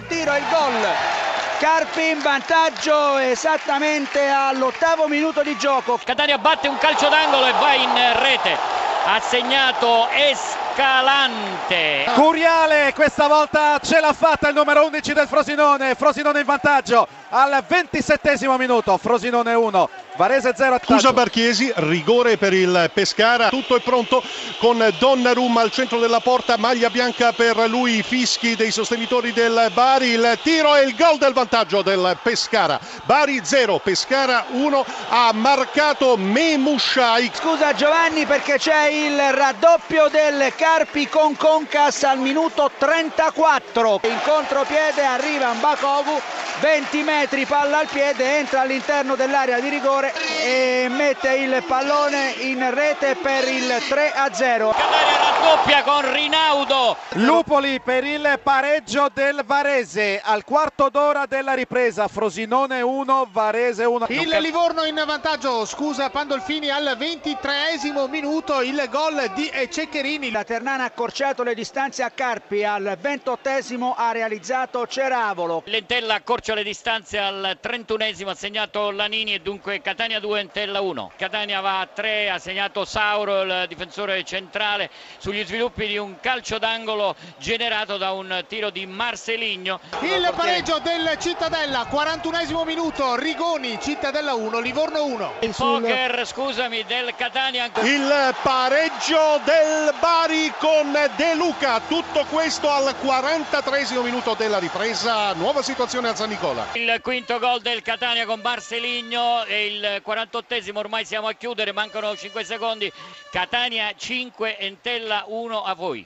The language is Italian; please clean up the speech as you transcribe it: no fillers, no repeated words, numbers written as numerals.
tiro e il gol. Carpi in vantaggio esattamente all'8° minuto di gioco. Catania batte un calcio d'angolo e va in rete. Ha segnato Escalante. Curiale questa volta ce l'ha fatta, il numero 11 del Frosinone. Frosinone in vantaggio al 27° minuto. Frosinone 1, Varese 0. Scusa Barchiesi, rigore per il Pescara. Tutto è pronto con Donnarumma al centro della porta, maglia bianca per lui, fischi dei sostenitori del Bari. Il tiro e il gol del vantaggio del Pescara. Bari 0, Pescara 1. Ha marcato Memushai. Scusa Giovanni, perché c'è il raddoppio del Carpi con Concas al minuto 34. In contropiede arriva Mbakovu, 20 metri, palla al piede, entra all'interno dell'area di rigore e mette il pallone in rete per il 3-0. Catania raddoppia con Rinaudo. Lupoli per il pareggio del Varese al quarto d'ora della ripresa. Frosinone 1, Varese 1. Il Livorno in vantaggio, scusa Pandolfini al 23° minuto, il gol di Ceccherini. La Ternana ha accorciato le distanze a Carpi, al 28° ha realizzato Ceravolo. Lentella accorcia le distanze al 31°, ha segnato Lanini e dunque Catania 2, Entella 1. Catania va a 3, ha segnato Sauro, il difensore centrale, sugli sviluppi di un calcio d'angolo generato da un tiro di Marceligno. Il pareggio del Cittadella, 41° minuto, Rigoni, Cittadella 1, Livorno 1. Il poker, scusami, del Catania. Il pareggio del Bari con De Luca. Tutto questo al 43° minuto della ripresa. Nuova situazione a San Nicola. Il quinto gol del Catania con Marceligno e il 48°, ormai siamo a chiudere, mancano 5 secondi. Catania 5, Entella 1, a voi.